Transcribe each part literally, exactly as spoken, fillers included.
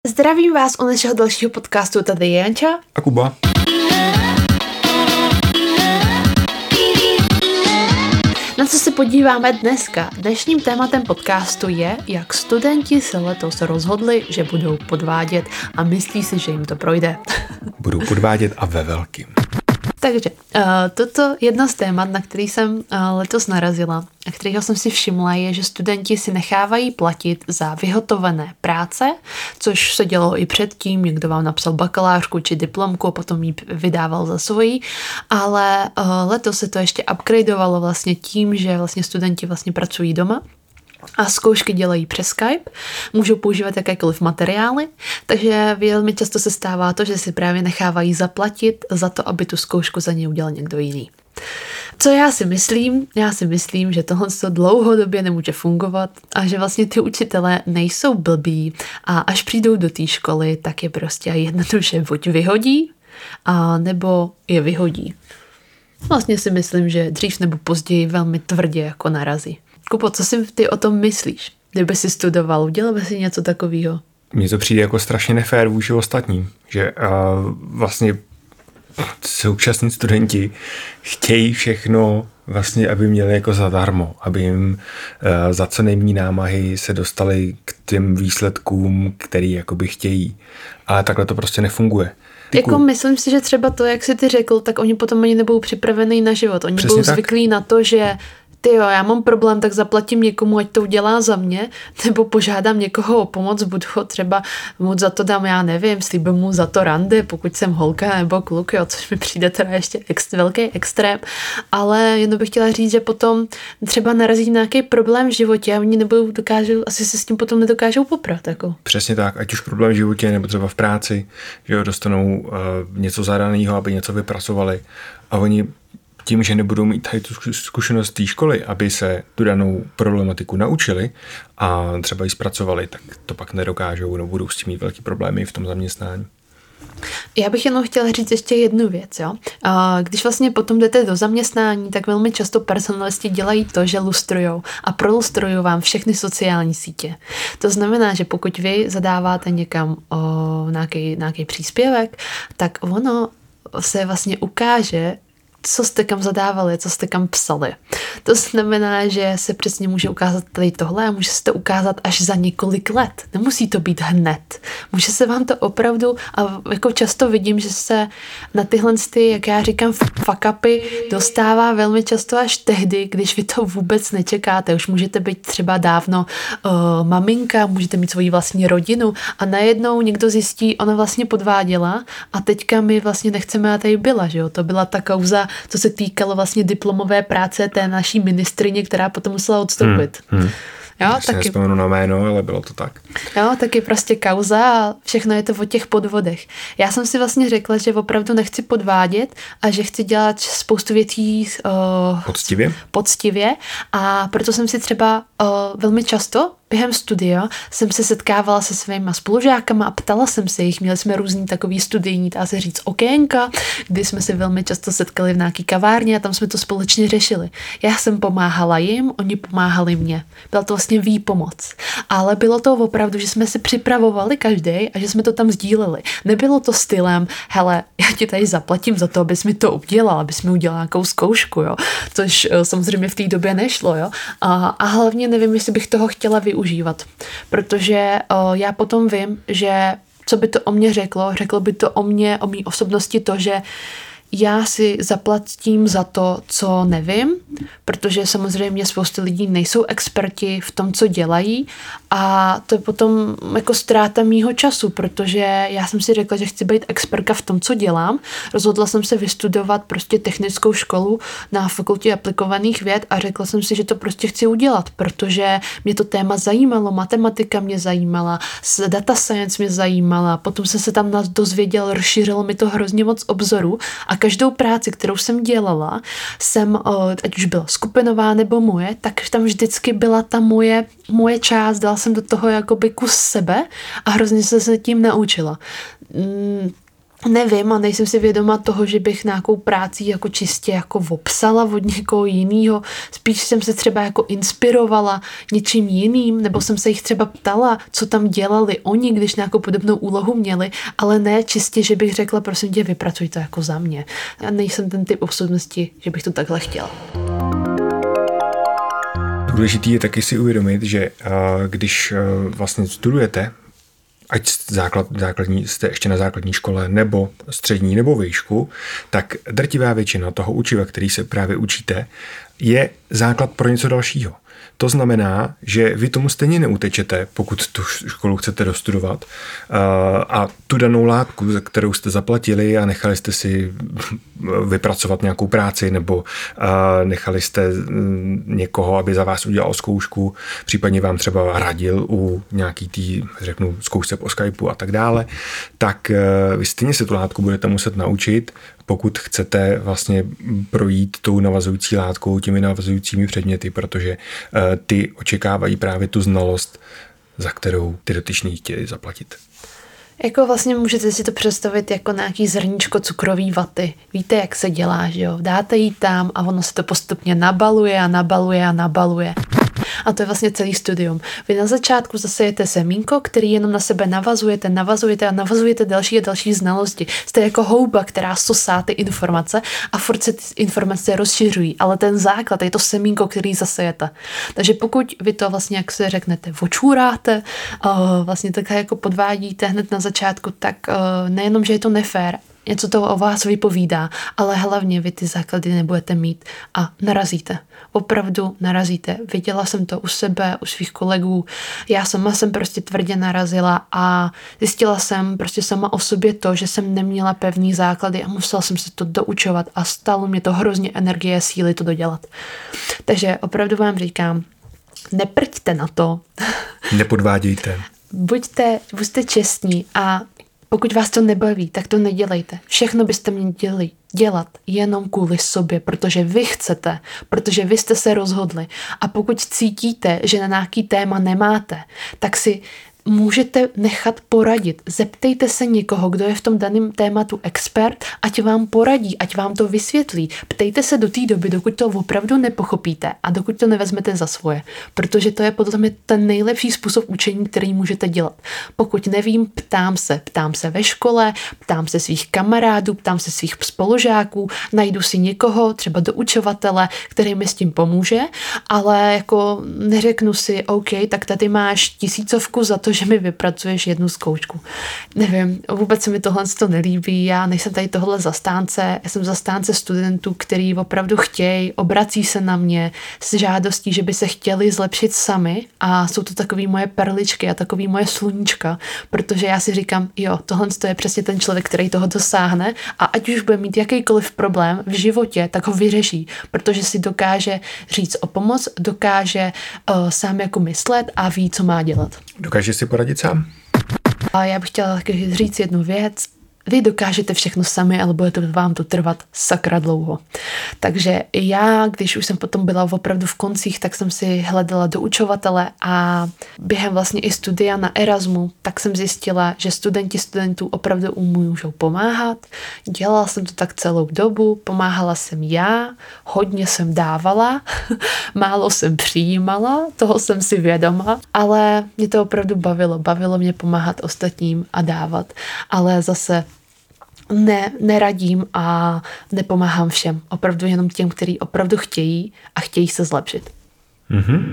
Zdravím vás u našeho dalšího podcastu, tady je Janča a Kuba. Na co se podíváme dneska? Dnešním tématem podcastu je, jak studenti se letos rozhodli, že budou podvádět a myslí si, že jim to projde. Budou podvádět a ve velkým. Takže uh, toto jedno z témat, na který jsem uh, letos narazila a kterého jsem si všimla, je, že studenti si nechávají platit za vyhotovené práce, což se dělo i předtím, někdo vám napsal bakalářku či diplomku a potom ji vydával za svoji, ale uh, letos se to ještě upgradeovalo vlastně tím, že vlastně studenti vlastně pracují doma a zkoušky dělají přes Skype, můžou používat jakékoliv materiály, takže velmi často se stává to, že si právě nechávají zaplatit za to, aby tu zkoušku za ně udělal někdo jiný. Co já si myslím? Já si myslím, že tohle dlouhodobě nemůže fungovat a že vlastně ty učitelé nejsou blbí a až přijdou do té školy, tak je prostě jednoduše buď vyhodí, a nebo je vyhodí. Vlastně si myslím, že dřív nebo později velmi tvrdě jako narazí. Kupo, co si ty o tom myslíš? Kdyby si studoval, udělal by si něco takového? Mně to přijde jako strašně nefér vůči ostatním, že uh, vlastně současní studenti chtějí všechno vlastně, aby měli jako zadarmo, aby jim uh, za co nejméně námahy se dostali k těm výsledkům, který jakoby chtějí. Ale takhle to prostě nefunguje. Jako myslím si, že třeba to, jak jsi ty řekl, tak oni potom ani nebudou připravení na život. Oni Přesně budou tak. zvyklí na to, že tyjo, já mám problém, tak zaplatím někomu, ať to udělá za mě, nebo požádám někoho o pomoc, budu ho třeba mu za to dám, já nevím, slíbím mu za to rande, pokud jsem holka nebo kluk, jo, což mi přijde teda ještě ex, velký extrém, ale jenom bych chtěla říct, že potom třeba narazí nějaký problém v životě a oni nebudou dokážou, asi se s tím potom nedokážou poprat, jako. Přesně tak, ať už problém v životě, nebo třeba v práci, že jo, dostanou uh, něco zadaného, aby něco vypracovali a oni tím, že nebudou mít tady tu zkušenost té školy, aby se tu danou problematiku naučili a třeba ji zpracovali, tak to pak nedokážou, nebo budou s tím mít velký problémy v tom zaměstnání. Já bych jenom chtěla říct ještě jednu věc. Jo? Když vlastně potom jdete do zaměstnání, tak velmi často personalisti dělají to, že lustrujou a prolustrují vám všechny sociální sítě. To znamená, že pokud vy zadáváte někam o nějaký, nějaký příspěvek, tak ono se vlastně ukáže, co jste kam zadávali, co jste kam psali. To znamená, že se přesně může ukázat tady tohle a může se to ukázat až za několik let. Nemusí to být hned. Může se vám to opravdu, a jako často vidím, že se na tyhle, ty, jak já říkám, fuck upy dostává velmi často až tehdy, když vy to vůbec nečekáte. Už můžete být třeba dávno uh, maminka, můžete mít svoji vlastní rodinu a najednou někdo zjistí, ona vlastně podváděla a teďka my vlastně nechceme, a tady byla, že jo? To byla ta kauza, co se týkalo vlastně diplomové práce té naší ministryně, která potom musela odstoupit. Hmm, hmm. Jo, Já si nespomenu na jméno, ale bylo to tak. Jo, taky prostě kauza a všechno je to o těch podvodech. Já jsem si vlastně řekla, že opravdu nechci podvádět a že chci dělat spoustu věcí uh, poctivě. poctivě a proto jsem si třeba uh, velmi často během studia jsem se setkávala se svýma spolužákama a ptala jsem se jich. Měli jsme různý takový studijní, dá se říct, okénka, kdy jsme se velmi často setkali v nějaký kavárně a tam jsme to společně řešili. Já jsem pomáhala jim, oni pomáhali mě. Byla to vlastně výpomoc. Ale bylo to opravdu, že jsme se připravovali každý a že jsme to tam sdíleli. Nebylo to stylem, hele, já ti tady zaplatím za to, abys mi to udělal, abys mi udělal nějakou zkoušku, jo. Což samozřejmě v té době nešlo, jo. A, a hlavně nevím, jestli bych toho chtěla využít. užívat. Protože o, já potom vím, že co by to o mě řeklo, řeklo by to o mě, o mý osobnosti to, že já si zaplatím za to, co nevím, protože samozřejmě spoustu lidí nejsou experti v tom, co dělají a to je potom jako ztráta mýho času, protože já jsem si řekla, že chci být expertka v tom, co dělám. Rozhodla jsem se vystudovat prostě technickou školu na fakultě aplikovaných věd a řekla jsem si, že to prostě chci udělat, protože mě to téma zajímalo, matematika mě zajímala, data science mě zajímala, potom jsem se tam dozvěděl, rozšířilo mi to hrozně moc obzoru a každou práci, kterou jsem dělala, jsem, ať už byla skupinová nebo moje, tak tam vždycky byla ta moje, moje část, dala jsem do toho jakoby kus sebe a hrozně jsem se tím naučila. nevím a nejsem si vědoma toho, že bych nějakou práci jako čistě jako opsala od někoho jiného. Spíš jsem se třeba jako inspirovala něčím jiným, nebo jsem se jich třeba ptala, co tam dělali oni, když nějakou podobnou úlohu měli, ale ne čistě, že bych řekla, prosím tě, vypracuj to jako za mě. Já nejsem ten typ osobnosti, že bych to takhle chtěla. Důležitý je taky si uvědomit, že když vlastně studujete, ať základ, základní, jste ještě na základní škole, nebo střední, nebo výšku, tak drtivá většina toho učiva, který se právě učíte, je základ pro něco dalšího. To znamená, že vy tomu stejně neutečete, pokud tu školu chcete dostudovat a tu danou látku, za kterou jste zaplatili a nechali jste si vypracovat nějakou práci nebo nechali jste někoho, aby za vás udělal zkoušku, případně vám třeba radil u nějaký tý, řeknu, zkoušce po Skypeu a tak dále, tak vy stejně se tu látku budete muset naučit, pokud chcete vlastně projít tou navazující látkou, těmi navazujícími předměty, protože ty očekávají právě tu znalost, za kterou ty dotyční chtěli zaplatit. Jako vlastně můžete si to představit jako nějaký zrníčko cukrový vaty. Víte, jak se dělá, že jo? Dáte ji tam a ono se to postupně nabaluje a nabaluje a nabaluje. A to je vlastně celý studium. Vy na začátku zasejete semínko, který jenom na sebe navazujete, navazujete a navazujete další a další znalosti. Jste jako houba, která sosá ty informace a furt se ty informace rozšiřují, ale ten základ je to semínko, který zasejete. Takže pokud vy to vlastně, jak se řeknete, očůráte, vlastně takhle jako podvádíte hned na začátku, tak nejenom, že je to nefér, něco to o vás vypovídá, ale hlavně vy ty základy nebudete mít a narazíte. Opravdu narazíte. Viděla jsem to u sebe, u svých kolegů. Já sama jsem prostě tvrdě narazila a zjistila jsem prostě sama o sobě to, že jsem neměla pevný základy a musela jsem se to doučovat a stalo mě to hrozně energie a síly to dodělat. Takže opravdu vám říkám, neprďte na to. Nepodvádějte. Buďte, buďte čestní a pokud vás to nebaví, tak to nedělejte. Všechno byste měli dělat jenom kvůli sobě, protože vy chcete, protože vy jste se rozhodli. A pokud cítíte, že na nějaký téma nemáte, tak si můžete nechat poradit. Zeptejte se někoho, kdo je v tom daném tématu expert, ať vám poradí, ať vám to vysvětlí. Ptejte se do té doby, dokud to opravdu nepochopíte a dokud to nevezmete za svoje. Protože to je podle mě ten nejlepší způsob učení, který můžete dělat. Pokud nevím, ptám se. Ptám se ve škole, ptám se svých kamarádů, ptám se svých spolužáků, najdu si někoho, třeba doučovatele, který mi s tím pomůže, ale jako neřeknu si, OK, tak tady máš tisícovku za to, že mi vypracuješ jednu zkoušku. Nevím, vůbec se mi tohle to nelíbí, já nejsem tady tohle zastánce, já jsem zastánce studentů, který opravdu chtějí, obrací se na mě s žádostí, že by se chtěli zlepšit sami a jsou to takový moje perličky a takový moje sluníčka, protože já si říkám, jo, tohle je přesně ten člověk, který toho dosáhne a ať už bude mít jakýkoliv problém v životě, tak ho vyřeší, protože si dokáže říct o pomoc, dokáže uh, sám jako myslet a ví, co má dělat. Dokáže si poradit sám? A já bych chtěla taky říct jednu věc. Vy dokážete všechno sami, ale bude to vám to trvat sakra dlouho. Takže já, když už jsem potom byla opravdu v koncích, tak jsem si hledala doučovatele a během vlastně i studia na Erasmu, tak jsem zjistila, že studenti studentů opravdu můžou pomáhat. Dělala jsem to tak celou dobu, pomáhala jsem já, hodně jsem dávala, málo jsem přijímala, toho jsem si vědoma, ale mě to opravdu bavilo. Bavilo mě pomáhat ostatním a dávat, ale zase Ne, neradím a nepomáhám všem. Opravdu jenom těm, kteří opravdu chtějí a chtějí se zlepšit. Mm-hmm.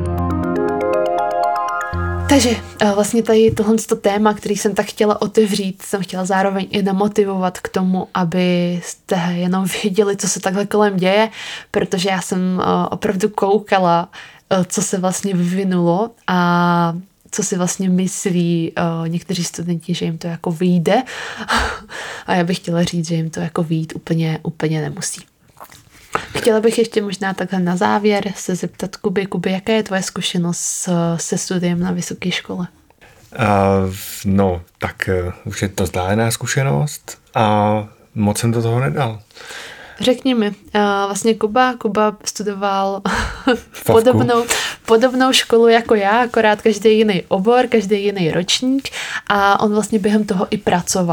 Takže vlastně tady tohle téma, který jsem tak chtěla otevřít, jsem chtěla zároveň i namotivovat k tomu, abyste jenom věděli, co se takhle kolem děje, protože já jsem opravdu koukala, co se vlastně vyvinulo a co si vlastně myslí uh, někteří studenti, že jim to jako vyjde. A já bych chtěla říct, že jim to jako vyjít úplně, úplně nemusí. Chtěla bych ještě možná takhle na závěr se zeptat Kuby, Kuby, jaká je tvoje zkušenost se studiem na vysoké škole? Uh, no, tak uh, už je to vzdálená zkušenost a moc jsem do toho nedal. Řekni mi, vlastně Kuba, Kuba studoval podobnou, podobnou školu jako já, akorát každý jiný obor, každý jiný ročník a on vlastně během toho i pracoval.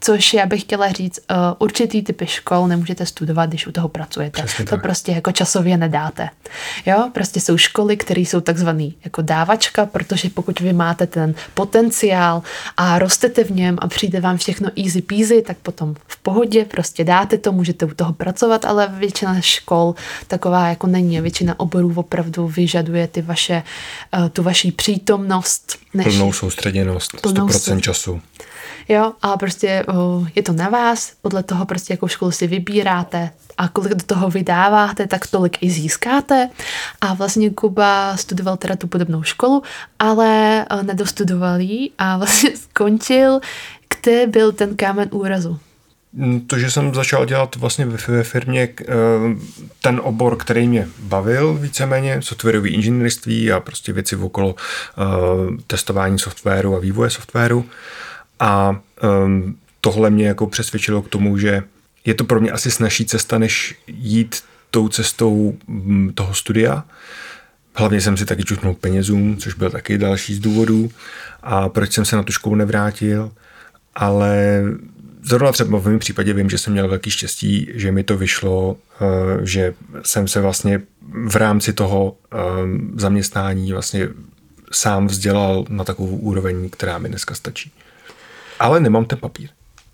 Což já bych chtěla říct, uh, určitý typy škol nemůžete studovat, když u toho pracujete. Přesně to tak. prostě jako časově nedáte. Jo, prostě jsou školy, které jsou takzvaný jako dávačka, protože pokud vy máte ten potenciál a rostete v něm a přijde vám všechno easy peasy, tak potom v pohodě prostě dáte to, můžete u toho pracovat, ale většina škol taková jako není. Většina oborů opravdu vyžaduje ty vaše, uh, tu vaši přítomnost. Než Plnou soustředěnost, plnou sto procent sou... času. Jo, a prostě uh, je to na vás, podle toho prostě jakou školu si vybíráte a kolik do toho vydáváte, tak tolik i získáte. A vlastně Kuba studoval teda tu podobnou školu, ale uh, nedostudoval ji a vlastně skončil, kde byl ten kámen úrazu. To, že jsem začal dělat vlastně ve firmě ten obor, který mě bavil víceméně, softwarové inženýrství a prostě věci okolo testování softwaru a vývoje softwaru. A tohle mě jako přesvědčilo k tomu, že je to pro mě asi snazší cesta, než jít tou cestou toho studia. Hlavně jsem si taky čutnul penězům, což byl taky další z důvodů. A proč jsem se na tu školu nevrátil, ale zrovna třeba v mém případě vím, že jsem měl velký štěstí, že mi to vyšlo, že jsem se vlastně v rámci toho zaměstnání vlastně sám vzdělal na takovou úroveň, která mi dneska stačí. Ale nemám ten papír.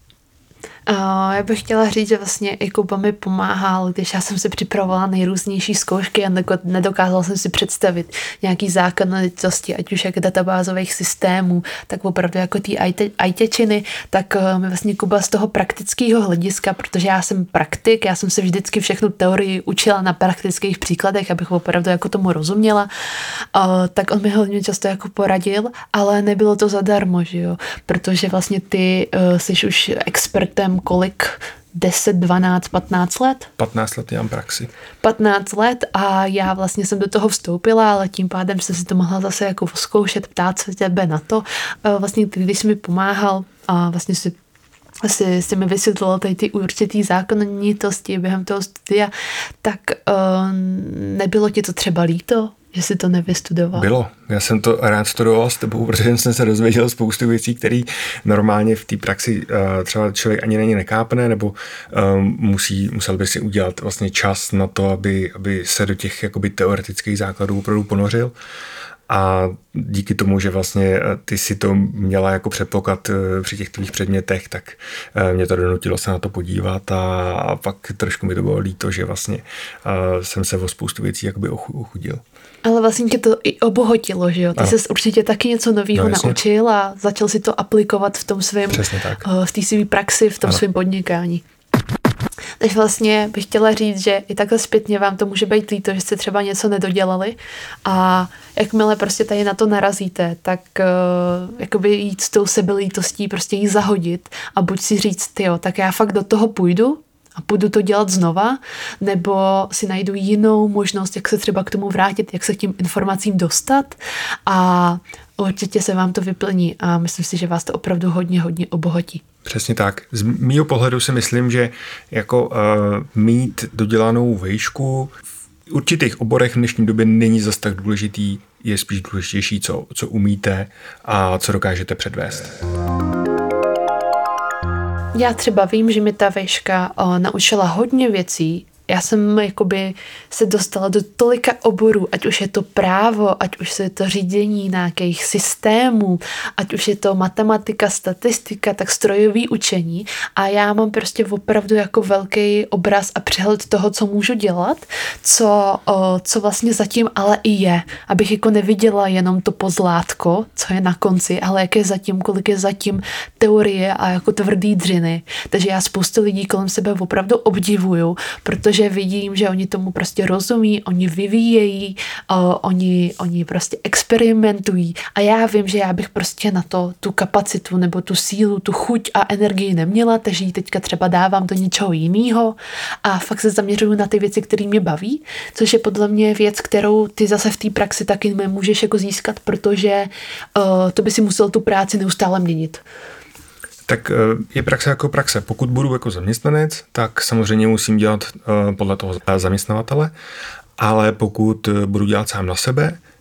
Uh, já bych chtěla říct, že vlastně i Kuba mi pomáhal, když já jsem si připravovala nejrůznější zkoušky a nedokázala jsem si představit nějaký zákonitosti, ať už jak databázových systémů, tak opravdu jako ty ajtěčiny, tak uh, mi vlastně Kuba z toho praktického hlediska, protože já jsem praktik, já jsem se vždycky všechnu teorii učila na praktických příkladech, abych opravdu jako tomu rozuměla, uh, tak on mi hodně často jako poradil, ale nebylo to zadarmo, že jo, protože vlastně ty uh, jsi už expertem kolik? deset, dvanáct, patnáct let? patnáct let mám praxi. patnáct let a já vlastně jsem do toho vstoupila, ale tím pádem jsem si to mohla zase jako zkoušet, ptát se tebe na to. Vlastně ty, když jsi mi pomáhal a vlastně si asi si mi vysvětlila tady ty určitý zákonitosti během toho studia, tak uh, nebylo ti to třeba líto, že jsi to nevystudoval? Bylo. Já jsem to rád studoval s tebou, protože jsem se dozvěděl spoustu věcí, které normálně v té praxi uh, třeba člověk ani není nekápne, nebo um, musí, musel by si udělat vlastně čas na to, aby, aby se do těch jakoby teoretických základů opravdu ponořil. A díky tomu, že vlastně ty si to měla jako předpoklad při těch tvých předmětech, tak mě to donutilo se na to podívat a, a pak trošku mi to bylo líto, že vlastně jsem se o spoustu věcí jakoby ochudil. Ale vlastně tě to i obohotilo, že jo? Ty jsi určitě taky něco nového no, naučil a začal si to aplikovat v tom svém, v té své praxi, v tom svém podnikání. Takže vlastně bych chtěla říct, že i takhle zpětně vám to může být líto, že jste třeba něco nedodělali a jakmile prostě tady na to narazíte, tak uh, jakoby jít s tou sebelítostí, prostě jí zahodit a buď si říct, tyjo, tak já fakt do toho půjdu a půjdu to dělat znova, nebo si najdu jinou možnost, jak se třeba k tomu vrátit, jak se k těm informacím dostat a určitě se vám to vyplní a myslím si, že vás to opravdu hodně, hodně obohotí. Přesně tak. Z mýho pohledu si myslím, že jako uh, mít dodělanou vejšku v určitých oborech v dnešní době není zas tak důležitý, je spíš důležitější, co, co umíte a co dokážete předvést. Já třeba vím, že mi ta vejška o, naučila hodně věcí. Já jsem jakoby se dostala do tolika oborů, ať už je to právo, ať už je to řízení nějakých systémů, ať už je to matematika, statistika, tak strojový učení a já mám prostě opravdu jako velký obraz a přehled toho, co můžu dělat, co, o, co vlastně zatím ale i je, abych jako neviděla jenom to pozlátko, co je na konci, ale jak je zatím, kolik je zatím teorie a jako tvrdý dřiny. Takže já spoustu lidí kolem sebe opravdu obdivuju, protože že vidím, že oni tomu prostě rozumí, oni vyvíjejí, uh, oni, oni prostě experimentují a já vím, že já bych prostě na to tu kapacitu nebo tu sílu, tu chuť a energii neměla, takže ji teďka třeba dávám do něčeho jiného a fakt se zaměřuju na ty věci, které mě baví, což je podle mě věc, kterou ty zase v té praxi taky můžeš jako získat, protože uh, to by si musel tu práci neustále měnit. Tak je praxe jako praxe. Pokud budu jako zaměstnanec, tak samozřejmě musím dělat podle toho zaměstnavatele, ale pokud budu dělat sám na sebe,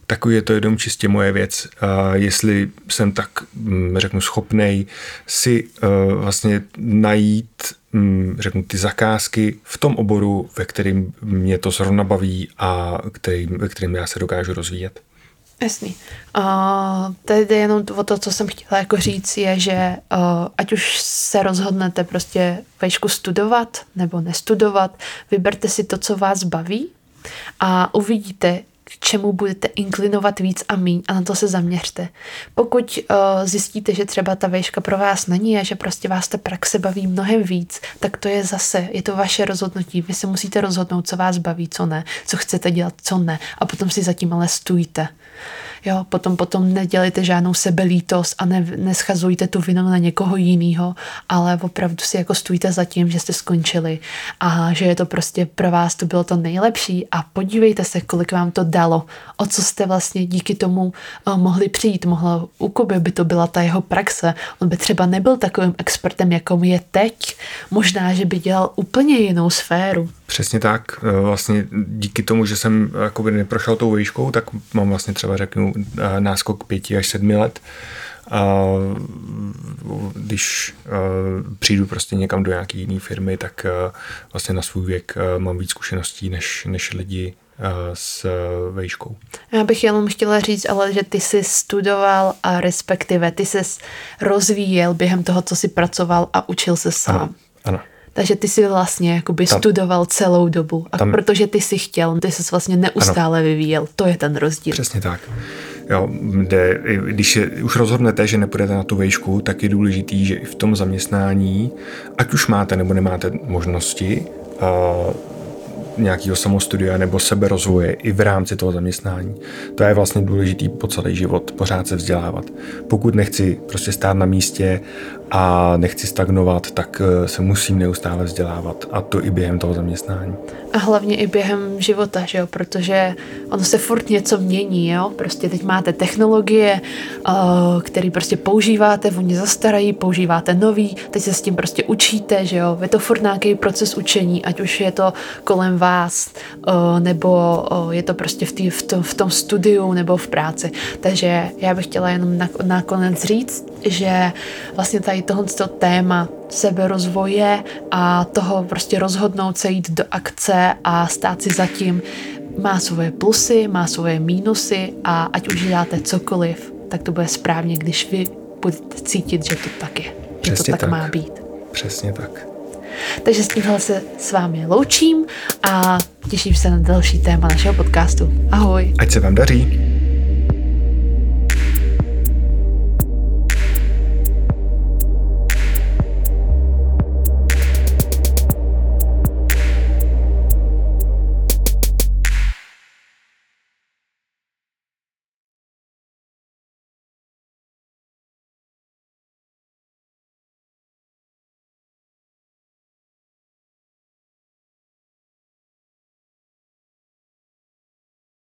takový je to jenom čistě moje věc. Uh, jestli jsem tak, um, řeknu, schopnej si uh, vlastně najít, um, řeknu, ty zakázky v tom oboru, ve kterým mě to zrovna baví a který, ve kterým já se dokážu rozvíjet. Jasný. Uh, tady jenom o to, co jsem chtěla jako říct, je, že uh, ať už se rozhodnete prostě vejšku studovat nebo nestudovat, vyberte si to, co vás baví a uvidíte, k čemu budete inklinovat víc a míň a na to se zaměřte. Pokud uh, zjistíte, že třeba ta vejška pro vás není a že prostě vás ta praxe baví mnohem víc, tak to je zase, je to vaše rozhodnutí. Vy se musíte rozhodnout, co vás baví, co ne, co chcete dělat, co ne a potom si zatím ale stůjte. Jo, potom, potom nedělejte žádnou sebelítost a ne, neschazujte tu vinu na někoho jinýho, ale opravdu si jako stůjte za tím, že jste skončili a že je to prostě pro vás to bylo to nejlepší a podívejte se, kolik vám to dalo, o co jste vlastně díky tomu uh, mohli přijít. Mohlo u Kuby by to byla ta jeho praxe. On by třeba nebyl takovým expertem, jakou je teď. Možná, že by dělal úplně jinou sféru. Přesně tak. Vlastně díky tomu, že jsem jakoby neprošel tou výškou, tak mám vlastně třeba řeknu náskok pěti až sedmi let. A když přijdu prostě někam do nějaké jiné firmy, tak vlastně na svůj věk mám víc zkušeností než, než lidi s vejškou. Já bych jenom chtěla říct, ale že ty jsi studoval a respektive ty jsi rozvíjel během toho, co jsi pracoval a učil se sám. Ano, ano. Takže ty jsi vlastně jakoby tam, studoval celou dobu. A tam, protože ty jsi chtěl, ty jsi vlastně neustále ano, vyvíjel. To je ten rozdíl. Přesně tak. Jo, kde, když je, už rozhodnete, že nepůjdete na tu vejšku, tak je důležitý, že i v tom zaměstnání, ať už máte nebo nemáte možnosti uh, nějakého samostudia nebo seberozvoje i v rámci toho zaměstnání. To je vlastně důležitý po celý život, pořád se vzdělávat. Pokud nechci prostě stát na místě a nechci stagnovat, tak se musím neustále vzdělávat a to i během toho zaměstnání. A hlavně i během života, že jo, protože ono se furt něco mění, jo, prostě teď máte technologie, které prostě používáte, oni zastarají, používáte nový, teď se s tím prostě učíte, že jo, je to furt nějaký proces učení, ať už je to kolem vás, nebo je to prostě v, tý, v, tom, v tom studiu nebo v práci. Takže já bych chtěla jenom nakonec říct, že vlastně tady tohle téma seberozvoje a toho prostě rozhodnout se jít do akce a stát si za tím má svoje plusy, má svoje mínusy a ať už děláte cokoliv, tak to bude správně, když vy budete cítit, že to tak je. Že Přesně to tak, tak má být. Přesně tak. Takže s tímhle se s vámi loučím a těším se na další téma našeho podcastu. Ahoj. Ať se vám daří.